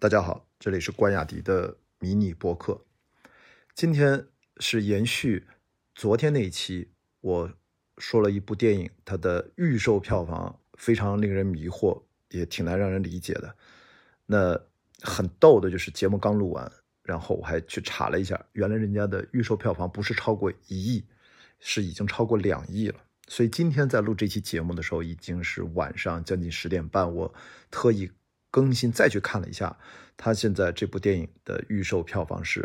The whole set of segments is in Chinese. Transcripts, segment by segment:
大家好，这里是关雅迪的迷你播客。今天是延续昨天那一期，我说了一部电影，它的预售票房非常令人迷惑，也挺难让人理解的。那很逗的就是节目刚录完，然后我还去查了一下，原来人家的预售票房不是超过1亿，是已经超过2亿了。所以今天在录这期节目的时候，已经是晚上将近10点半，我特意更新再去看了一下，他现在这部电影的预售票房是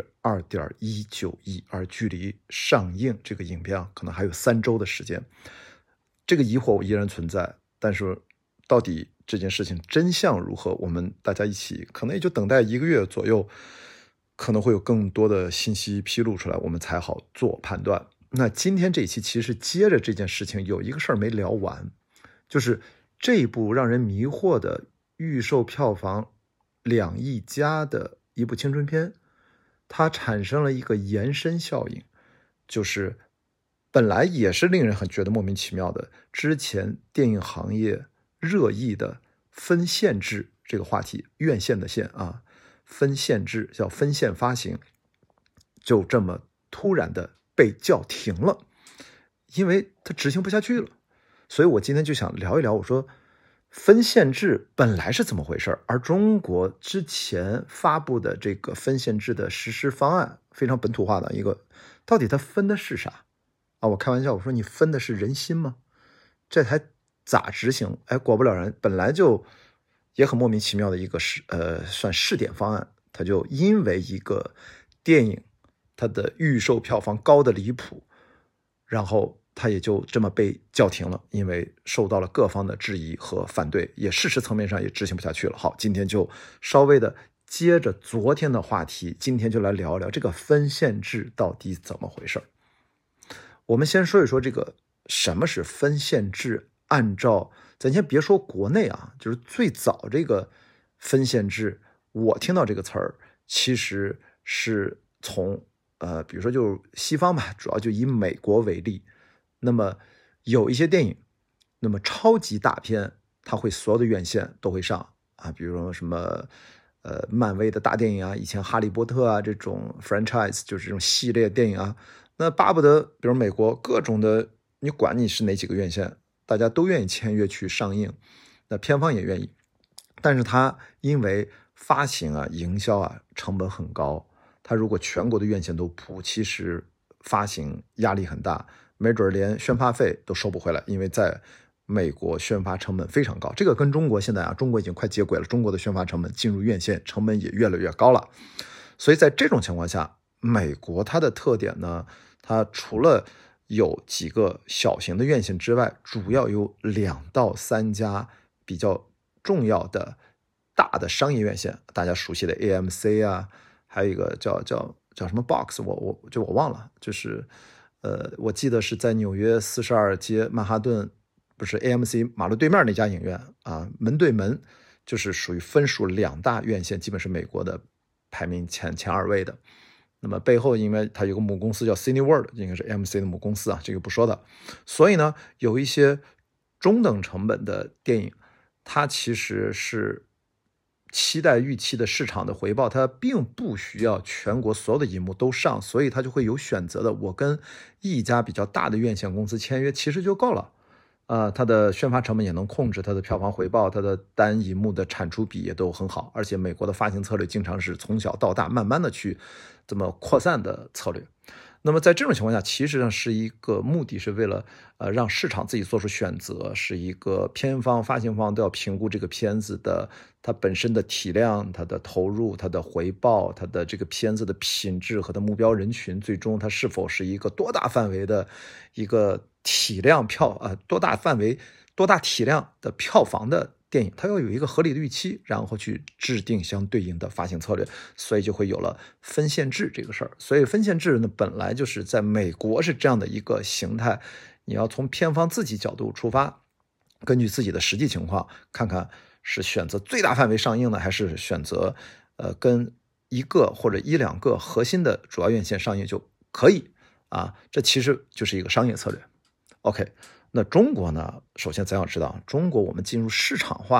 2.19 亿，而距离上映这个影片可能还有3周的时间。这个疑惑依然存在，但是到底这件事情真相如何，我们大家一起可能也就等待1个月左右，可能会有更多的信息披露出来，我们才好做判断。那今天这一期其实接着这件事情有一个事儿没聊完，就是这一部让人迷惑的预售票房2亿加的一部青春片，它产生了一个延伸效应，就是本来也是令人很觉得莫名其妙的，之前电影行业热议的分线制这个话题，院线的线啊，分线制叫分线发行，就这么突然的被叫停了，因为它执行不下去了。所以我今天就想聊一聊，我说分线制本来是怎么回事，而中国之前发布的这个分线制的实施方案，非常本土化的一个，到底它分的是啥啊？我开玩笑，我说你分的是人心吗？这还咋执行？哎，果不了然，本来就也很莫名其妙的一个算试点方案，它就因为一个电影它的预售票房高的离谱，然后它也就这么被叫停了，因为受到了各方的质疑和反对，也事实层面上也执行不下去了。好，今天就稍微的接着昨天的话题，今天就来聊一聊这个分线制到底怎么回事。我们先说一说这个什么是分线制。按照咱先别说国内啊，就是最早这个分线制，我听到这个词儿其实是从比如说就是西方吧，主要就以美国为例。那么有一些电影，那么超级大片，它会所有的院线都会上啊，比如说什么漫威的大电影啊，以前哈利波特啊这种 franchise 就是这种系列电影啊，那巴不得比如美国各种的，你管你是哪几个院线，大家都愿意签约去上映，那片方也愿意，但是它因为发行啊营销啊成本很高，它如果全国的院线都铺，其实发行压力很大，没准连宣发费都收不回来，因为在美国宣发成本非常高。这个跟中国现在啊，中国已经快接轨了，中国的宣发成本进入院线成本也越来越高了。所以在这种情况下，美国它的特点呢，它除了有几个小型的院线之外，主要有2到3家比较重要的大的商业院线，大家熟悉的 AMC 啊，还有一个叫什么 Box， 我忘了，就是我记得是在纽约42街曼哈顿，不是 AMC 马路对面那家影院啊，门对门，就是属于分属2大院线，基本是美国的排名前2位的。那么背后因为它有个母公司叫 Cineworld， 应该是 AMC 的母公司啊，这个不说的。所以呢，有一些中等成本的电影，它其实是期待预期的市场的回报，它并不需要全国所有的银幕都上，所以它就会有选择的。我跟一家比较大的院线公司签约，其实就够了。它的宣发成本也能控制，它的票房回报，它的单银幕的产出比也都很好，而且美国的发行策略经常是从小到大慢慢的去这么扩散的策略。那么在这种情况下，其实上是一个目的是为了让市场自己做出选择，是一个片方发行方都要评估这个片子的它本身的体量，它的投入，它的回报，它的这个片子的品质和它目标人群，最终它是否是一个多大范围的一个体量多大范围多大体量的票房的电影，它要有一个合理的预期，然后去制定相对应的发行策略，所以就会有了分线制这个事儿。所以分线制呢，本来就是在美国是这样的一个形态，你要从片方自己角度出发，根据自己的实际情况，看看是选择最大范围上映呢，还是选择跟1个或者1、2个核心的主要院线上映就可以啊，这其实就是一个商业策略。 OK， 那中国呢，首先咱要知道，中国我们进入市场化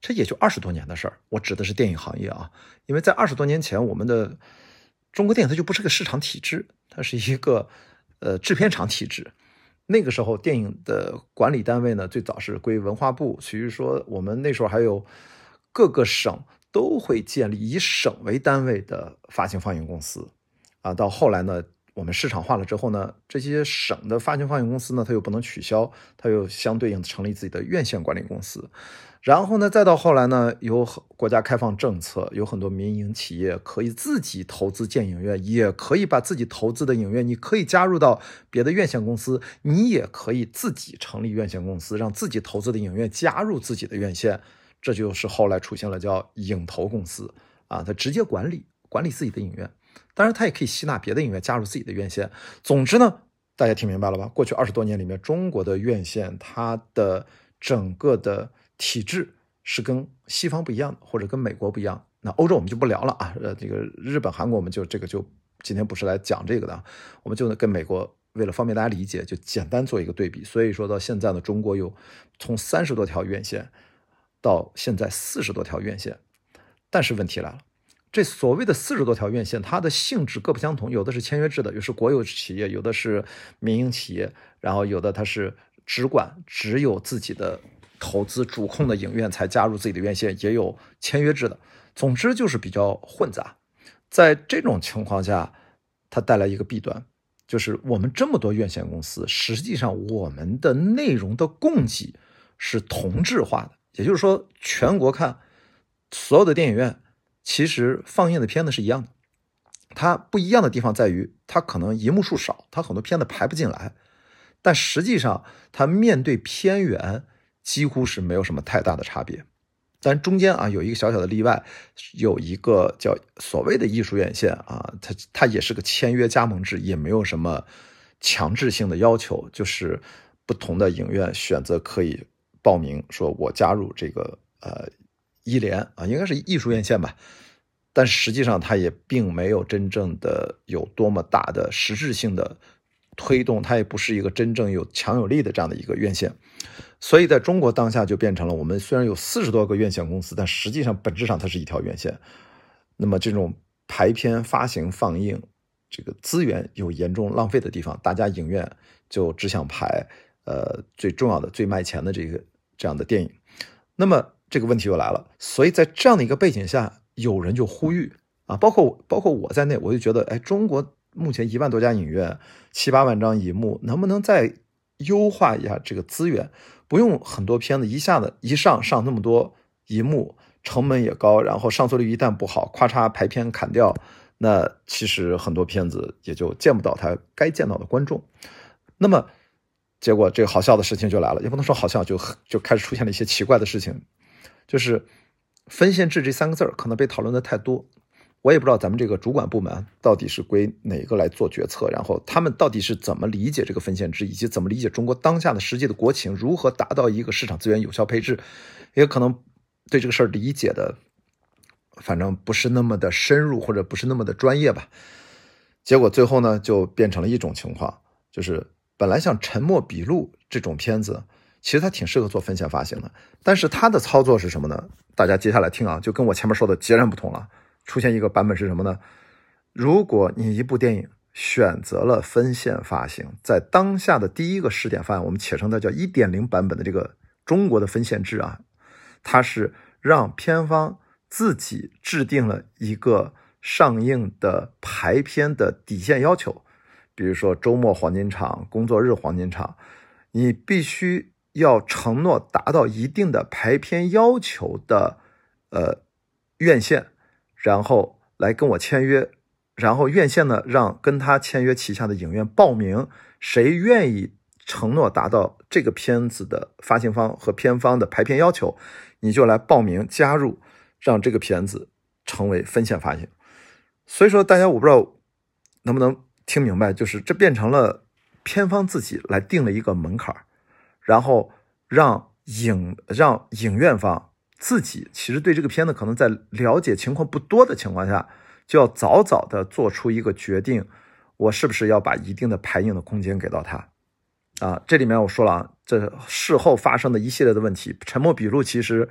这也就20多年的事儿。我指的是电影行业啊，因为在20多年前，我们的中国电影它就不是个市场体制，它是一个制片厂体制。那个时候电影的管理单位呢，最早是归文化部，所以说我们那时候还有各个省都会建立以省为单位的发行放映公司啊。到后来呢，我们市场化了之后呢，这些省的发行放映公司呢，它又不能取消，它又相对应成立自己的院线管理公司。然后呢，再到后来呢，有国家开放政策，有很多民营企业可以自己投资建影院，也可以把自己投资的影院，你可以加入到别的院线公司，你也可以自己成立院线公司，让自己投资的影院加入自己的院线。这就是后来出现了叫影投公司啊，它直接管理自己的影院，当然它也可以吸纳别的影院加入自己的院线。总之呢，大家听明白了吧？过去20多年里面，中国的院线它的整个的体制是跟西方不一样的，或者跟美国不一样。那欧洲我们就不聊了啊，这个日本、韩国我们就今天不是来讲这个的，我们就跟美国为了方便大家理解，就简单做一个对比。所以说到现在呢，中国有从30多条院线到现在40多条院线，但是问题来了，这所谓的40多条院线，它的性质各不相同，有的是签约制的，有的是国有企业，有的是民营企业，然后有的它是只有自己的投资主控的影院才加入自己的院线，也有签约制的，总之就是比较混杂。在这种情况下，它带来一个弊端，就是我们这么多院线公司，实际上我们的内容的供给是同质化的，也就是说全国看所有的电影院其实放映的片子是一样的，它不一样的地方在于它可能银幕数少，它很多片子排不进来，但实际上它面对片源几乎是没有什么太大的差别。但中间啊有一个小小的例外，有一个叫所谓的艺术院线啊，它也是个签约加盟制，也没有什么强制性的要求，就是不同的影院选择可以报名说我加入这个艺联啊，应该是艺术院线吧，但实际上它也并没有真正的有多么大的实质性的推动，它也不是一个真正有强有力的这样的一个院线。所以在中国当下就变成了，我们虽然有40多个院线公司，但实际上本质上它是一条院线。那么这种排片发行放映这个资源有严重浪费的地方，大家影院就只想排最重要的最卖钱的这样的电影。那么这个问题又来了，所以在这样的一个背景下，有人就呼吁啊，包括我在内，我就觉得，哎，中国目前1万多家影院，7、8万张银幕，能不能再优化一下这个资源？不用很多片子一下子上那么多银幕，成本也高，然后上座率一旦不好，咔嚓排片砍掉，那其实很多片子也就见不到它该见到的观众。那么结果这个好笑的事情就来了，也不能说好笑，就开始出现了一些奇怪的事情，就是分线制这3个字可能被讨论的太多，我也不知道咱们这个主管部门到底是归哪个来做决策，然后他们到底是怎么理解这个分线制，以及怎么理解中国当下的实际的国情，如何达到一个市场资源有效配置，也可能对这个事儿理解的反正不是那么的深入，或者不是那么的专业吧。结果最后呢就变成了一种情况，就是本来像沉默笔录这种片子其实它挺适合做分线发行的，但是它的操作是什么呢？大家接下来听啊，就跟我前面说的截然不同了。出现一个版本是什么呢？如果你一部电影选择了分线发行，在当下的第一个试点方案，我们且称它叫 1.0 版本的这个中国的分线制啊，它是让片方自己制定了一个上映的排片的底线要求，比如说周末黄金场、工作日黄金场，你必须要承诺达到一定的排片要求的院线，然后来跟我签约，然后院线呢让跟他签约旗下的影院报名，谁愿意承诺达到这个片子的发行方和片方的排片要求，你就来报名加入，让这个片子成为分线发行。所以说大家我不知道能不能听明白，就是这变成了片方自己来定了一个门槛，然后让影院方自己其实对这个片子可能在了解情况不多的情况下，就要早早的做出一个决定，我是不是要把一定的排映的空间给到他啊？这里面我说了啊，这事后发生的一系列的问题，沉默笔录其实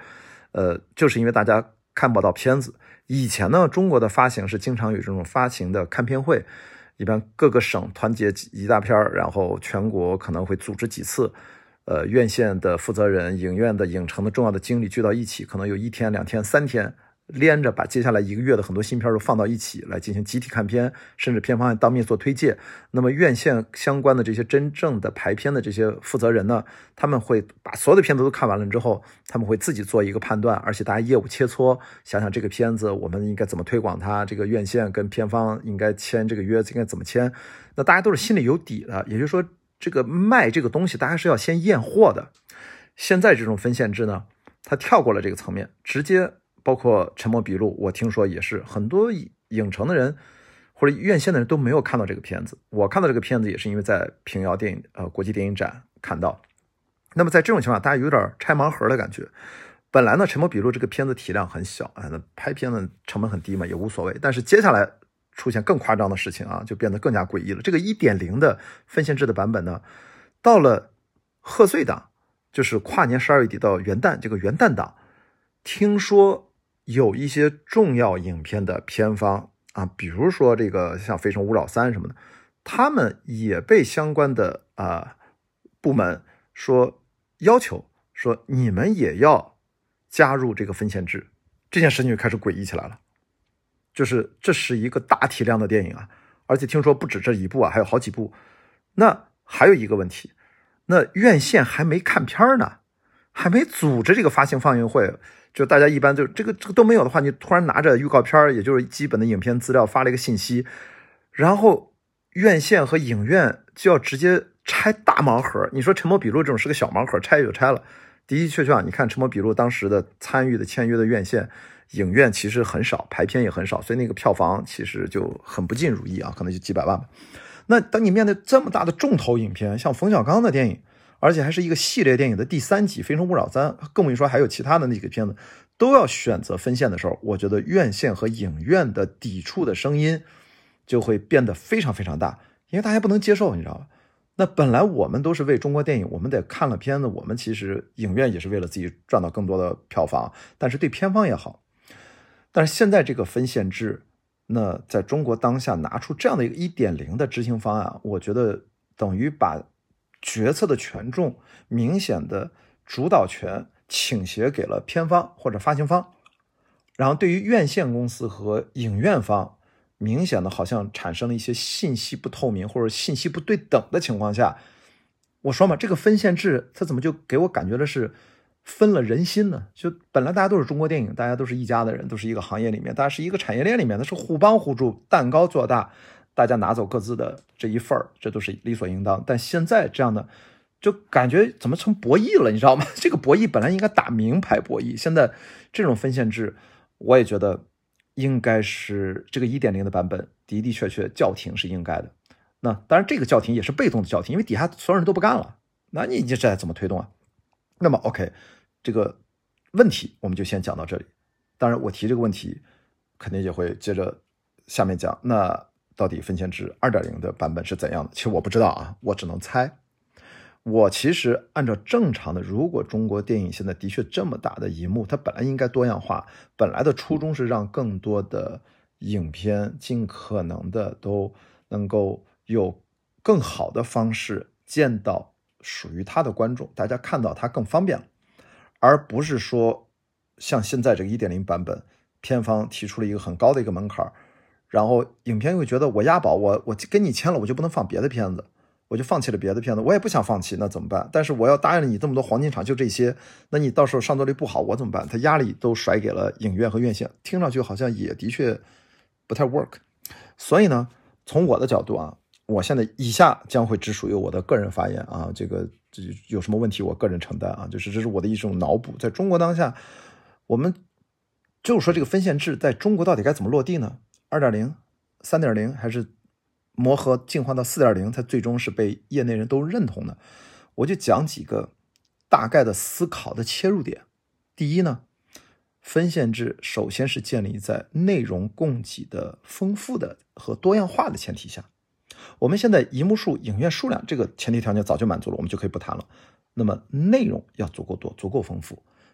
就是因为大家看不到片子。以前呢，中国的发行是经常有这种发行的看片会，一般各个省团结一大片，然后全国可能会组织几次，院线的负责人、影院的影城的重要的经理聚到一起，可能有1天、2天、3天。连着把接下来1个月的很多新片都放到一起来进行集体看片，甚至片方案当面做推介。那么院线相关的这些真正的排片的这些负责人呢，他们会把所有的片子都看完了之后，他们会自己做一个判断，而且大家业务切磋，想想这个片子我们应该怎么推广它，这个院线跟片方应该签这个约应该怎么签，那大家都是心里有底的。也就是说，这个卖这个东西大家是要先验货的。现在这种分线制呢，它跳过了这个层面，直接包括《沉默笔录》，我听说也是很多影城的人或者院线的人都没有看到这个片子。我看到这个片子也是因为在平遥国际电影展看到。那么在这种情况下，大家有点拆盲盒的感觉。本来呢，《沉默笔录》这个片子体量很小，那拍片的成本很低嘛，也无所谓。但是接下来出现更夸张的事情啊，就变得更加诡异了。这个 1.0 的分线制的版本呢，到了贺岁档，就是跨年12月底到元旦这个元旦档，听说有一些重要影片的片方啊，比如说这个像《非诚勿扰3》什么的，他们也被相关的部门说要求说你们也要加入这个分线制，这件事情就开始诡异起来了。就是这是一个大体量的电影啊，而且听说不止这一部啊，还有好几部。那还有一个问题，那院线还没看片呢，还没组织这个发行放映会，就大家一般就这个都没有的话，你突然拿着预告片，也就是基本的影片资料发了一个信息，然后院线和影院就要直接拆大盲盒。你说《沉默笔录》这种是个小盲盒，拆也就拆了。的的确确啊，你看《沉默笔录》当时的参与的签约的院线影院其实很少，排片也很少，所以那个票房其实就很不尽如意啊，可能就几百万吧。那当你面对这么大的重头影片，像冯小刚的电影，而且还是一个系列电影的第3集《非诚勿扰3》，更别说还有其他的那个片子，都要选择分线的时候，我觉得院线和影院的抵触的声音就会变得非常非常大，因为大家不能接受，你知道吧？那本来我们都是为中国电影，我们得看了片子，我们其实影院也是为了自己赚到更多的票房，但是对片方也好。但是现在这个分线制，那在中国当下拿出这样的一个 1.0 的执行方案，我觉得等于把决策的权重明显的主导权倾斜给了片方或者发行方，然后对于院线公司和影院方明显的好像产生了一些信息不透明或者信息不对等的情况下，我说嘛，这个分线制它怎么就给我感觉的是分了人心呢？就本来大家都是中国电影，大家都是一家的人，都是一个行业里面，大家是一个产业链里面的，是互帮互助，蛋糕做大，大家拿走各自的这一份儿，这都是理所应当。但现在这样的就感觉怎么成博弈了，你知道吗？这个博弈本来应该打名牌博弈，现在这种分线制我也觉得应该是这个 1.0 的版本的的确确叫停是应该的。那当然这个叫停也是被动的叫停，因为底下所有人都不干了，那你这怎么推动啊？那么 OK， 这个问题我们就先讲到这里。当然我提这个问题肯定也会接着下面讲，那到底分线制 2.0 的版本是怎样的？其实我不知道啊，我只能猜。我其实按照正常的，如果中国电影现在的确这么大的荧幕，它本来应该多样化，本来的初衷是让更多的影片尽可能的都能够有更好的方式见到属于它的观众，大家看到它更方便了，而不是说像现在这个 1.0 版本，片方提出了一个很高的一个门槛，然后影片会觉得我押宝，我跟你签了，我就不能放别的片子，我就放弃了别的片子，我也不想放弃，那怎么办？但是我要答应了你这么多黄金场，就这些，那你到时候上座率不好，我怎么办？他压力都甩给了影院和院线，听上去好像也的确不太 work。所以呢，从我的角度啊，我现在以下将会只属于我的个人发言啊，这有什么问题我个人承担啊，就是这是我的一种脑补。在中国当下，我们就是说这个分线制在中国到底该怎么落地呢？ 2.0 3.0 还是磨合进化到 4.0 才最终是被业内人都认同的？我就讲几个大概的思考的切入点。第一呢，分线制首先是建立在内容供给的丰富的和多样化的前提下。我们现在银幕数、影院数量这个前提条件早就满足了，我们就可以不谈了。那么内容要足够多、足够丰富。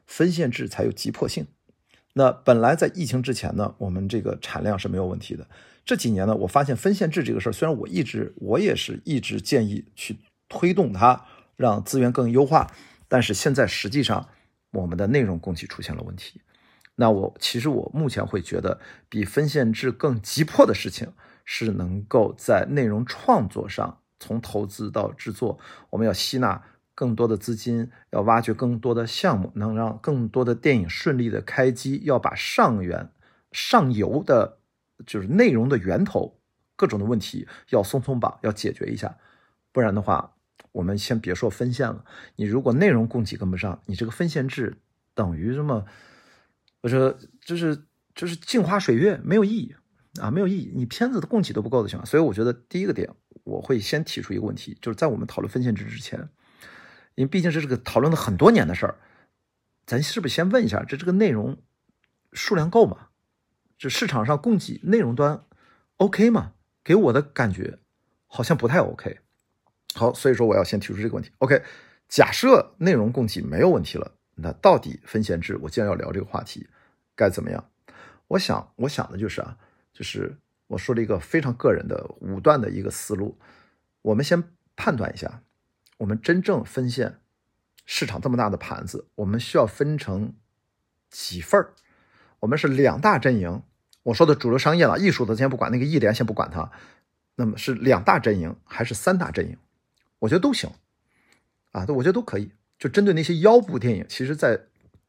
分线制才有急迫性。那本来在疫情之前呢，我们这个产量是没有问题的。这几年呢，我发现分线制这个事儿，虽然我也是一直建议去推动它，让资源更优化，但是现在实际上我们的内容供给出现了问题。那其实我目前会觉得，比分线制更急迫的事情是能够在内容创作上，从投资到制作，我们要吸纳更多的资金，要挖掘更多的项目，能让更多的电影顺利的开机，要把上游的就是内容的源头各种的问题要松绑，要解决一下。不然的话，我们先别说分线了，你如果内容供给跟不上，你这个分线制等于什么？我说就是镜花水月，没有意义啊，没有意义。你片子的供给都不够的情况，所以我觉得第一个点，我会先提出一个问题，就是在我们讨论分线制之前，因为毕竟这是个讨论了很多年的事儿，咱是不是先问一下，这个内容数量够吗？这市场上供给内容端 OK 吗？给我的感觉好像不太 OK。好，所以说我要先提出这个问题。OK， 假设内容供给没有问题了，那到底分线制，我既然要聊这个话题，该怎么样？我想的就是我说了一个非常个人的武断的一个思路。我们先判断一下，我们真正分线市场这么大的盘子，我们需要分成几份儿？我们是两大阵营，我说的主流商业了，艺术的先不管，那个艺联先不管它，那么是两大阵营还是三大阵营？我觉得都行啊，我觉得都可以。就针对那些腰部电影，其实在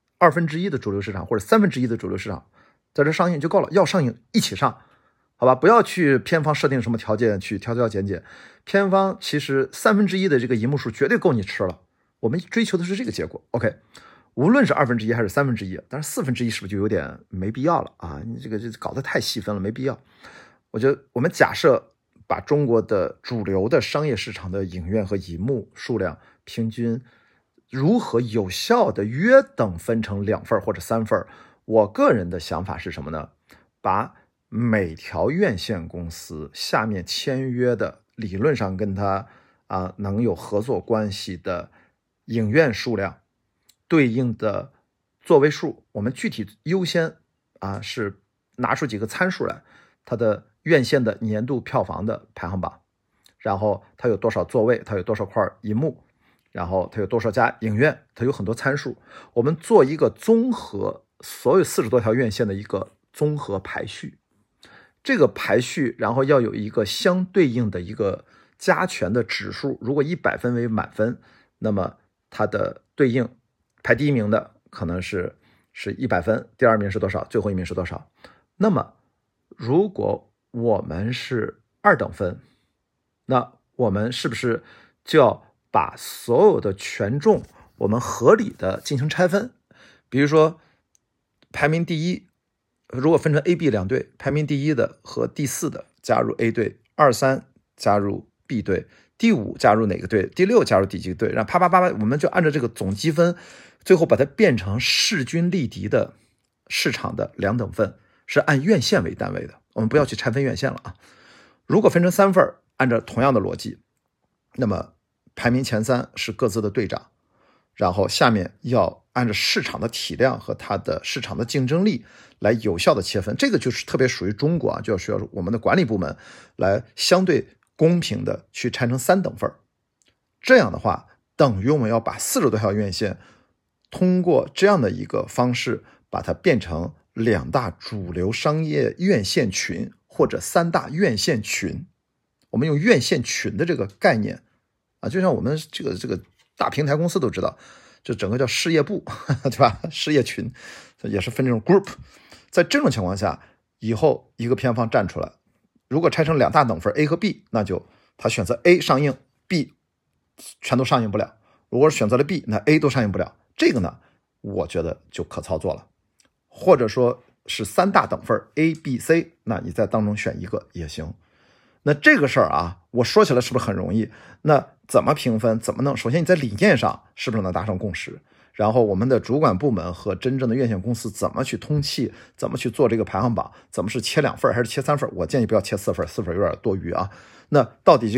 1/2的主流市场或者1/3的主流市场，在这上映就够了，要上映一起上，好吧？不要去片方设定什么条件去挑减减，片方其实1/3的这个银幕数绝对够你吃了。我们追求的是这个结果。OK， 无论是1/2还是1/3，但是1/4是不是就有点没必要了啊？你这个搞得太细分了，没必要。我觉得我们假设把中国的主流的商业市场的影院和银幕数量平均如何有效的约等分成2份或者3份，我个人的想法是什么呢？把每条院线公司下面签约的理论上跟他能有合作关系的影院数量对应的座位数，我们具体优先是拿出几个参数来，它的院线的年度票房的排行榜，然后它有多少座位，它有多少块银幕，然后它有多少家影院，它有很多参数，我们做一个综合所有40多条院线的一个综合排序。这个排序然后要有一个相对应的一个加权的指数，如果100分为满分，那么它的对应排第一名的可能是100分，第二名是多少，最后一名是多少。那么如果我们是2等分，那我们是不是就要把所有的权重我们合理的进行拆分？比如说排名第一，如果分成 A、B 两队，排名第一的和第4的加入 A 队，2、3加入 B 队，第5加入哪个队，第6加入第几个队，然后啪，我们就按照这个总积分，最后把它变成势均力敌的市场的2等份，是按院线为单位的。我们不要去拆分院线了啊。如果分成3份，按照同样的逻辑，那么排名前3是各自的队长，然后下面要按照市场的体量和它的市场的竞争力来有效的切分。这个就是特别属于中国就需要我们的管理部门来相对公平的去拆成3等份。这样的话，等于我们要把40多条院线通过这样的一个方式，把它变成2大主流商业院线群或者3大院线群。我们用院线群的这个概念就像我们这个大平台公司都知道，就整个叫事业部，对吧？事业群也是分这种 group。 在这种情况下，以后一个片方站出来，如果拆成2大等份 A 和 B， 那就他选择 A 上映， B 全都上映不了。如果选择了 B， 那 A 都上映不了。这个呢，我觉得就可操作了。或者说是3大等份 A、B、C， 那你在当中选一个也行。那这个事儿我说起来是不是很容易？那怎么评分？怎么弄？首先你在理念上是不是能达成共识？然后我们的主管部门和真正的院线公司怎么去通气？怎么去做这个排行榜？怎么是切2份还是切3份？我建议不要切4份，4份有点多余啊。那到底这个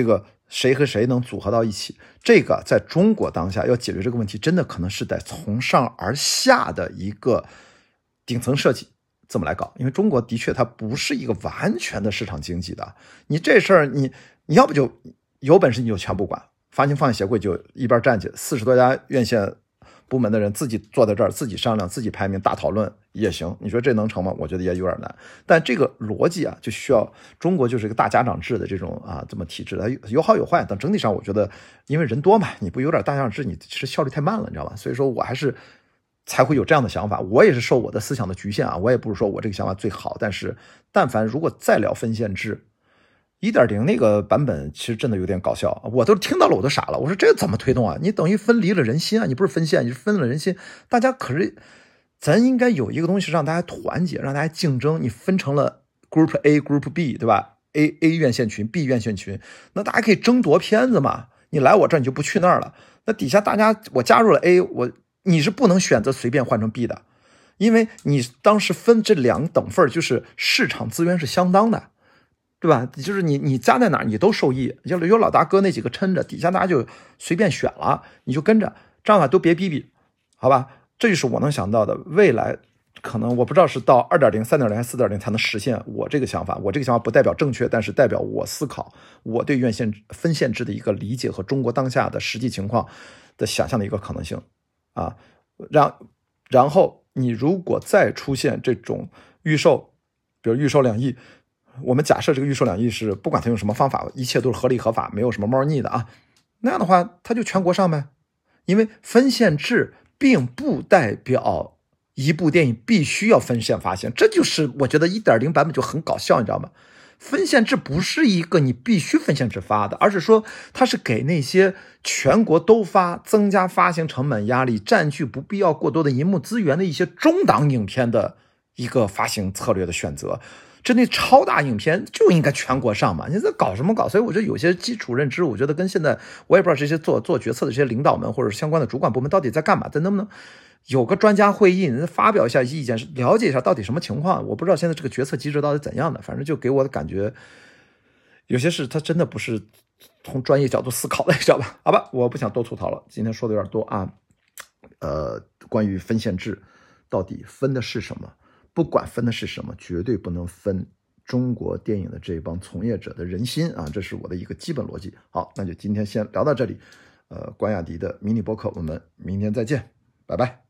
谁和谁能组合到一起，这个在中国当下要解决这个问题，真的可能是得从上而下的一个顶层设计这么来搞。因为中国的确它不是一个完全的市场经济的，你这事儿你要不就有本事你就全不管，发行放映协会就一边站起，40多家院线部门的人自己坐在这儿，自己商量，自己排名，大讨论也行。你说这能成吗？我觉得也有点难。但这个逻辑啊，就需要中国就是一个大家长制的这种这么体制的，有好有坏。但整体上，我觉得因为人多嘛，你不有点大家长制，你其实效率太慢了，你知道吧？所以说我还是才会有这样的想法。我也是受我的思想的局限啊，我也不是说我这个想法最好，但是但凡如果再聊分线制。1.0 那个版本其实真的有点搞笑，我都听到了我都傻了。我说这怎么推动啊？你等于分离了人心啊！你不是分线，你是分了人心。大家可是，咱应该有一个东西让大家团结，让大家竞争。你分成了 Group A、Group B， 对吧 ？A 院线群 ，B 院线群，那大家可以争夺片子嘛。你来我这你就不去那儿了。那底下大家我加入了 A， 你是不能选择随便换成 B 的，因为你当时分这2等份就是市场资源是相当的。对吧？就是你加在哪儿，你都受益。有老大哥那几个撑着，底下大家就随便选了，你就跟着，这样的话都别逼逼，好吧？这就是我能想到的。未来可能我不知道是到 2.0、3.0 还是 4.0 才能实现我这个想法。我这个想法不代表正确，但是代表我思考我对院线分线制的一个理解和中国当下的实际情况的想象的一个可能性啊。然后你如果再出现这种预售，比如预售2亿。我们假设这个预售2亿是不管他用什么方法，一切都是合理合法，没有什么猫腻的啊。那样的话，他就全国上呗。因为分线制并不代表一部电影必须要分线发行，这就是我觉得 1.0 版本就很搞笑，你知道吗？分线制不是一个你必须分线制发的，而是说它是给那些全国都发、增加发行成本压力、占据不必要过多的银幕资源的一些中档影片的一个发行策略的选择。这那超大影片就应该全国上嘛，你在搞什么搞？所以我觉得有些基础认知，我觉得跟现在我也不知道这些做决策的这些领导们或者相关的主管部门到底在干嘛，咱能不能有个专家会议，发表一下意见，了解一下到底什么情况？我不知道现在这个决策机制到底怎样的，反正就给我的感觉，有些事它真的不是从专业角度思考的，你知道吧？好吧，我不想多吐槽了，今天说的有点多啊。关于分线制，到底分的是什么？不管分的是什么，绝对不能分中国电影的这帮从业者的人心啊，这是我的一个基本逻辑。好，那就今天先聊到这里。关雅迪的迷你播客，我们明天再见，拜拜。